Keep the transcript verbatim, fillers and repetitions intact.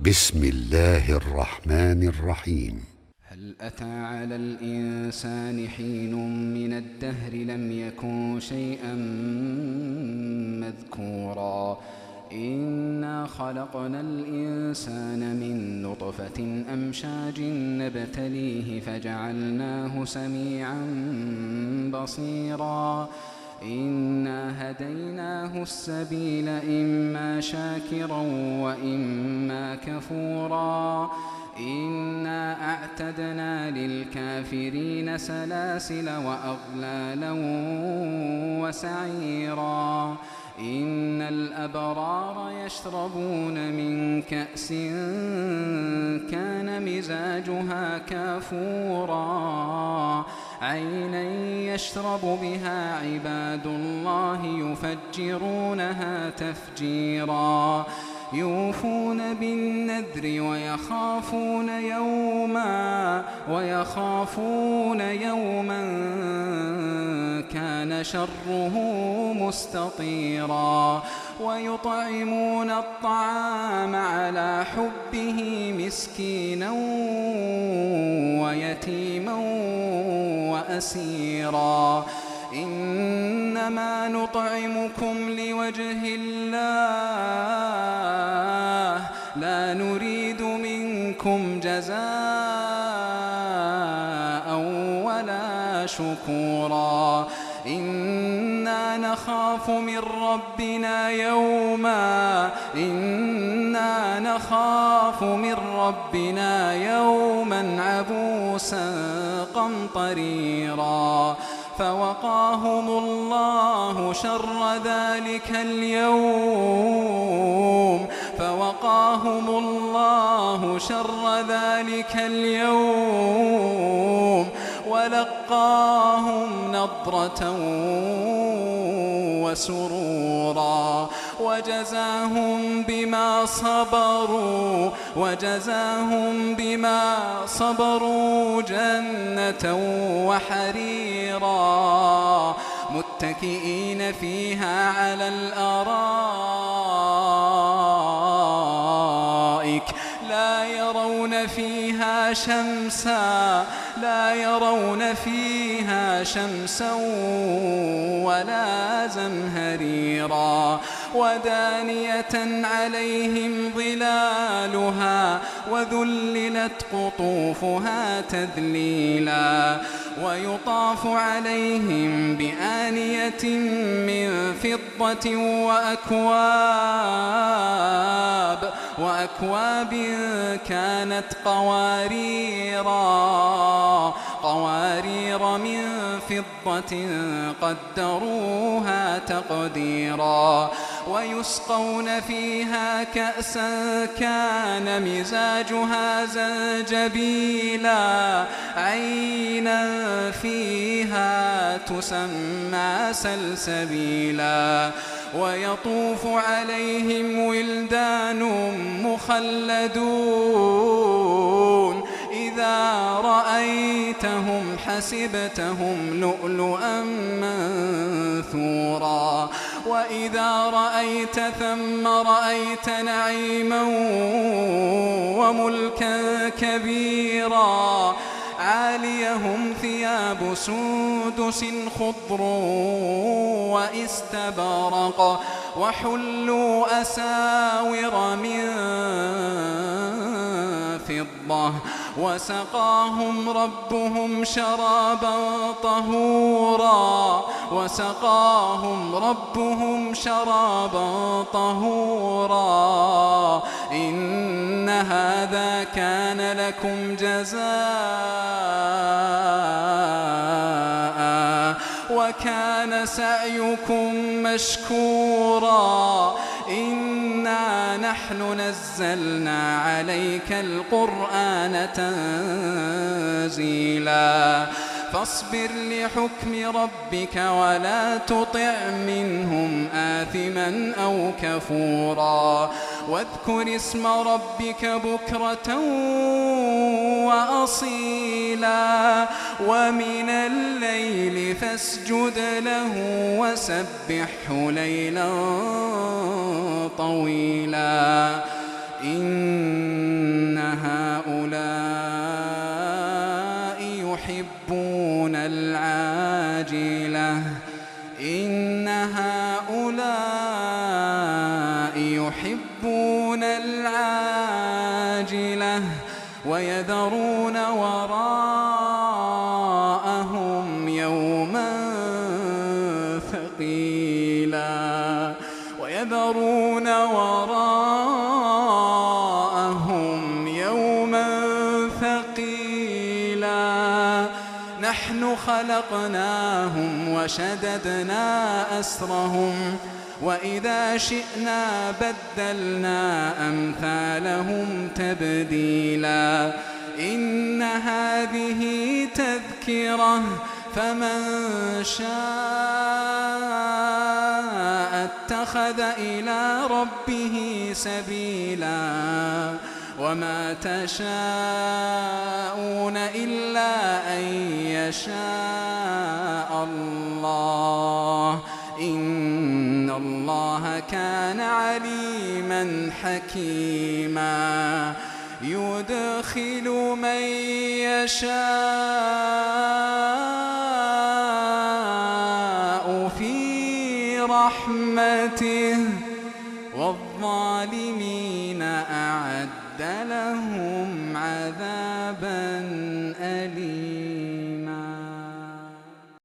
بسم الله الرحمن الرحيم. هل أتى على الإنسان حين من الدهر لم يكن شيئا مذكورا إنا خلقنا الإنسان من نطفة أمشاج نبتليه فجعلناه سميعا بصيرا إنا هديناه السبيل إما شاكرا وإما كفورا إنا أعتدنا للكافرين سلاسل وأغلالا وسعيرا إن الأبرار يشربون من كأس كان مزاجها كافورا عينا يشرب بها عباد الله يفجرونها تفجيرا يوفون بالنذر ويخافون يوما ويخافون يوما كان شره مستطيرا ويطعمون الطعام على حبه مسكينا ويتيما وأسيرا إنما نطعمكم لوجه الله لا نريد منكم جزاء ولا شكورا إنا نخاف من ربنا يوما إنا نخاف من ربنا يوما عبوسا قمطريرا فوقاهم الله شر ذلك اليوم فوقاهم الله شر ذلك اليوم ولقاهم نضرة وسرورا وجزاهم بما صبروا وجزاهم بما صبروا جنة وحريرا متكئين فيها على الأرائك لا يرون فيها شمسا لا يرون فيها شمسا ولا زمهريرا ودانية عليهم ظلالها وذللت قطوفها تذليلا ويطاف عليهم بآنية من فضة وأكواب وأكواب كانت قواريرا قوارير من فضة قدروها تقديرا ويسقون فيها كأسا كان مزاجها زنجبيلا عينا فيها تسمى سلسبيلا ويطوف عليهم ولدان مخلدون إذا رأيتهم حسبتهم لؤلؤا منثورا وإذا رأيت ثم رأيت نعيما وملكا كبيرا عاليهم ثياب سندس خضر واستبرق وحلوا أساور من فضة وسقاهم ربهم شرابا طهورا وسقاهم ربهم شرابا طهورا إن هذا كان لكم جزاء وكان سعيكم مشكورا إنا نحن نزلنا عليك القرآن تنزيلا فاصبر لحكم ربك ولا تطع منهم آثما أو كفورا واذكر اسم ربك بكرة وأصيلا ومن الليل فاسجد له وسبحه ليلا طويلا. إن العاجلة ويذرون وراءهم يوما ثقيلا ويذرون وراءهم يوما ثقيلا نحن خلقناهم وشددنا أسرهم وإذا شئنا بدلنا أمثالهم تبديلا إن هذه تذكرة فمن شاء اتخذ إلى ربه سبيلا وما تشاءون إلا أن يشاء الله إن الله كان عليما حكيما يدخل من يشاء في رحمته والظالمين أعد لهم عذابا أليما.